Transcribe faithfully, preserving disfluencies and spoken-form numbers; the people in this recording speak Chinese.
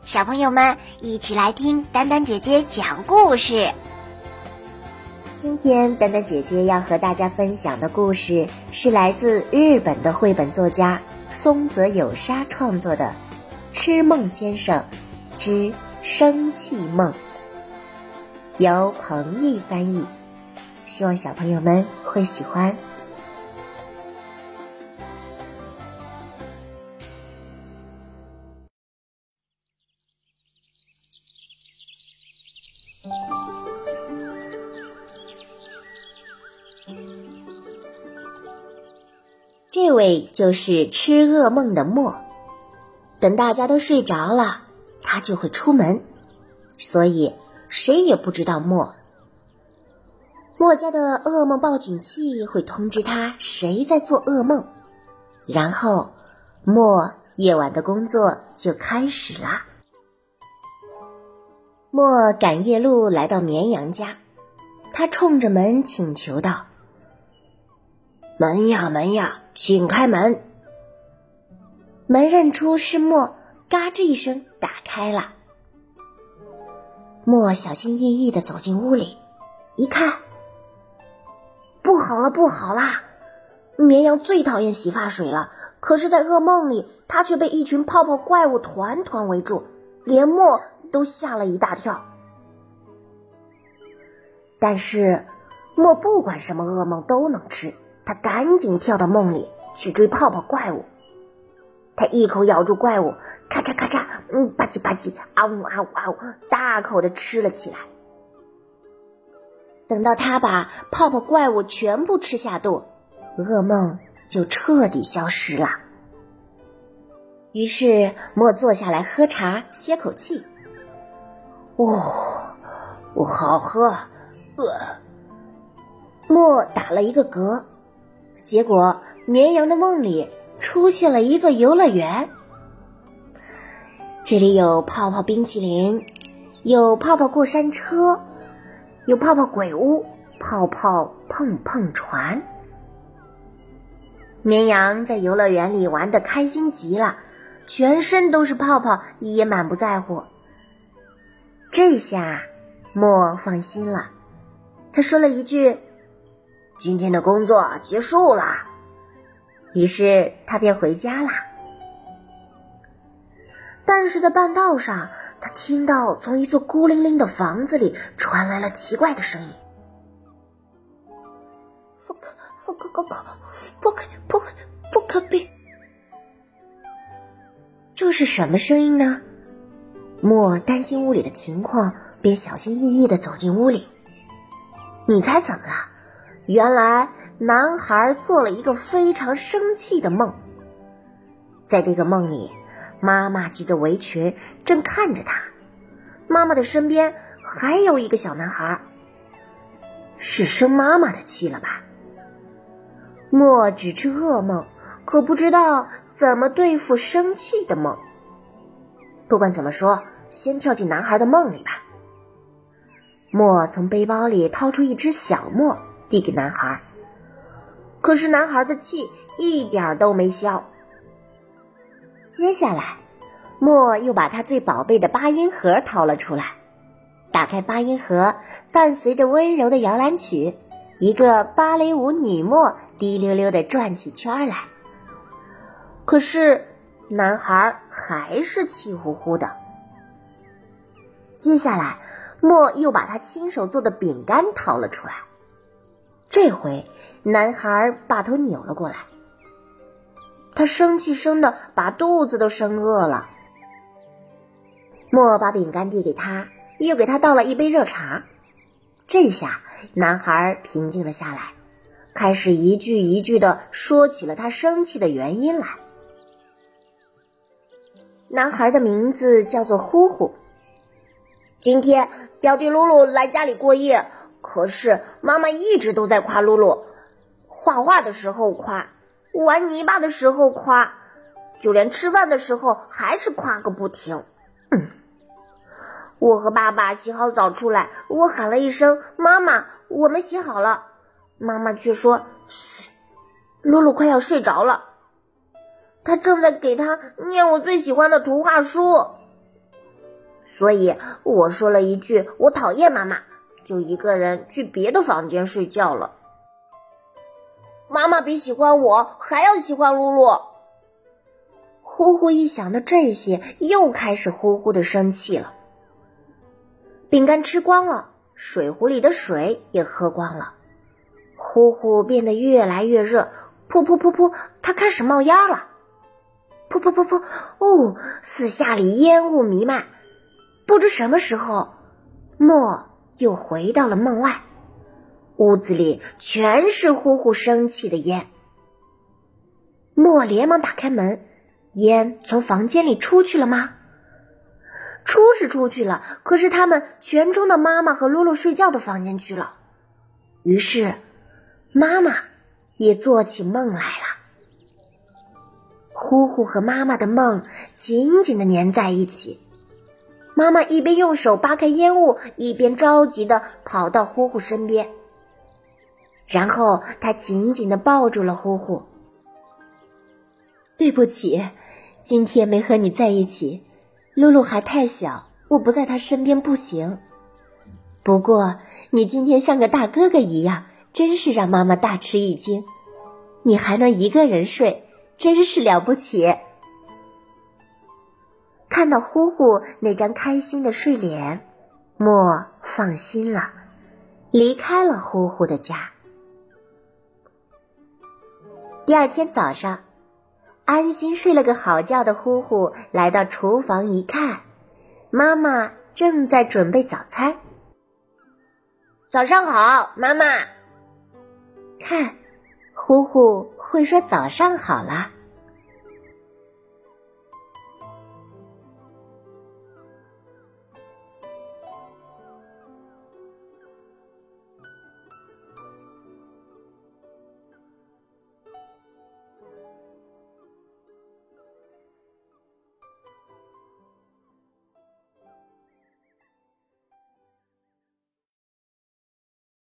小朋友们一起来听丹丹姐姐讲故事。今天丹丹姐姐要和大家分享的故事是来自日本的绘本作家松泽有沙创作的《吃梦先生之生气梦》，由彭毅翻译，希望小朋友们会喜欢。这位就是吃噩梦的莫，等大家都睡着了，他就会出门，所以谁也不知道莫。莫家的噩梦报警器会通知他谁在做噩梦，然后莫夜晚的工作就开始啦。莫赶夜路来到绵羊家，他冲着门请求道：门呀门呀，请开门。门认出是莫，嘎吱一声打开了。莫小心翼翼地走进屋里，一看，不好了不好啦！绵羊最讨厌洗发水了，可是在噩梦里，它却被一群泡泡怪物团团围住，连莫都吓了一大跳。但是莫不管什么噩梦都能吃，他赶紧跳到梦里去追泡泡怪物。他一口咬住怪物，咔嚓咔嚓，嗯，吧唧吧唧，啊呜啊呜啊呜，大口的吃了起来。等到他把泡泡怪物全部吃下肚，噩梦就彻底消失了。于是莫坐下来喝茶歇口气。哦，我好喝。呃，莫打了一个嗝，结果绵羊的梦里出现了一座游乐园。这里有泡泡冰淇淋，有泡泡过山车，有泡泡鬼屋，泡泡碰碰船。绵羊在游乐园里玩得开心极了，全身都是泡泡，也满不在乎。这下莫放心了，他说了一句：今天的工作结束了。于是他便回家了。但是在半道上，他听到从一座孤零零的房子里传来了奇怪的声音。不可不可不可不可不可不可比！这是什么声音呢？莫担心屋里的情况，便小心翼翼地走进屋里。你猜怎么了？原来男孩做了一个非常生气的梦。在这个梦里，妈妈系着围裙正看着他，妈妈的身边还有一个小男孩，是生妈妈的气了吧？莫只吃噩梦，可不知道怎么对付生气的梦。不管怎么说，先跳进男孩的梦里吧。莫从背包里掏出一只小磨，递给男孩，可是男孩的气一点都没消。接下来，莫又把他最宝贝的八音盒掏了出来，打开八音盒，伴随着温柔的摇篮曲，一个芭蕾舞女莫滴溜溜地转起圈来。可是男孩还是气呼呼的。接下来，莫又把他亲手做的饼干掏了出来，这回男孩把头扭了过来，他生气生的把肚子都生饿了。莫把饼干递给他，又给他倒了一杯热茶。这下男孩平静了下来，开始一句一句地说起了他生气的原因来。男孩的名字叫做呼呼。今天表弟露露来家里过夜，可是妈妈一直都在夸露露，画画的时候夸，玩泥巴的时候夸，就连吃饭的时候还是夸个不停。嗯，我和爸爸洗好澡出来，我喊了一声妈妈，我们洗好了，妈妈却说嘘，露露快要睡着了，她正在给她念我最喜欢的图画书。 所以我说了一句我讨厌妈妈，就一个人去别的房间睡觉了。妈妈比喜欢我还要喜欢露露。呼呼一想到这些，又开始呼呼的生气了。饼干吃光了，水壶里的水也喝光了，呼呼变得越来越热，噗噗噗噗，它开始冒烟了。噗噗噗噗，哦，四下里烟雾弥漫。不知什么时候，莫又回到了梦外，屋子里全是呼呼生气的烟。莫连忙打开门，烟从房间里出去了吗？出是出去了，可是他们全冲到妈妈和露露睡觉的房间去了。于是妈妈也做起梦来了。呼呼和妈妈的梦紧紧地粘在一起。妈妈一边用手扒开烟雾，一边着急地跑到呼呼身边，然后她紧紧地抱住了呼呼。对不起，今天没和你在一起，露露还太小，我不在她身边不行。不过你今天像个大哥哥一样，真是让妈妈大吃一惊。你还能一个人睡，真是了不起。看到呼呼那张开心的睡脸，莫放心了，离开了呼呼的家。第二天早上，安心睡了个好觉的呼呼来到厨房一看，妈妈正在准备早餐。早上好，妈妈。看，呼呼会说早上好了。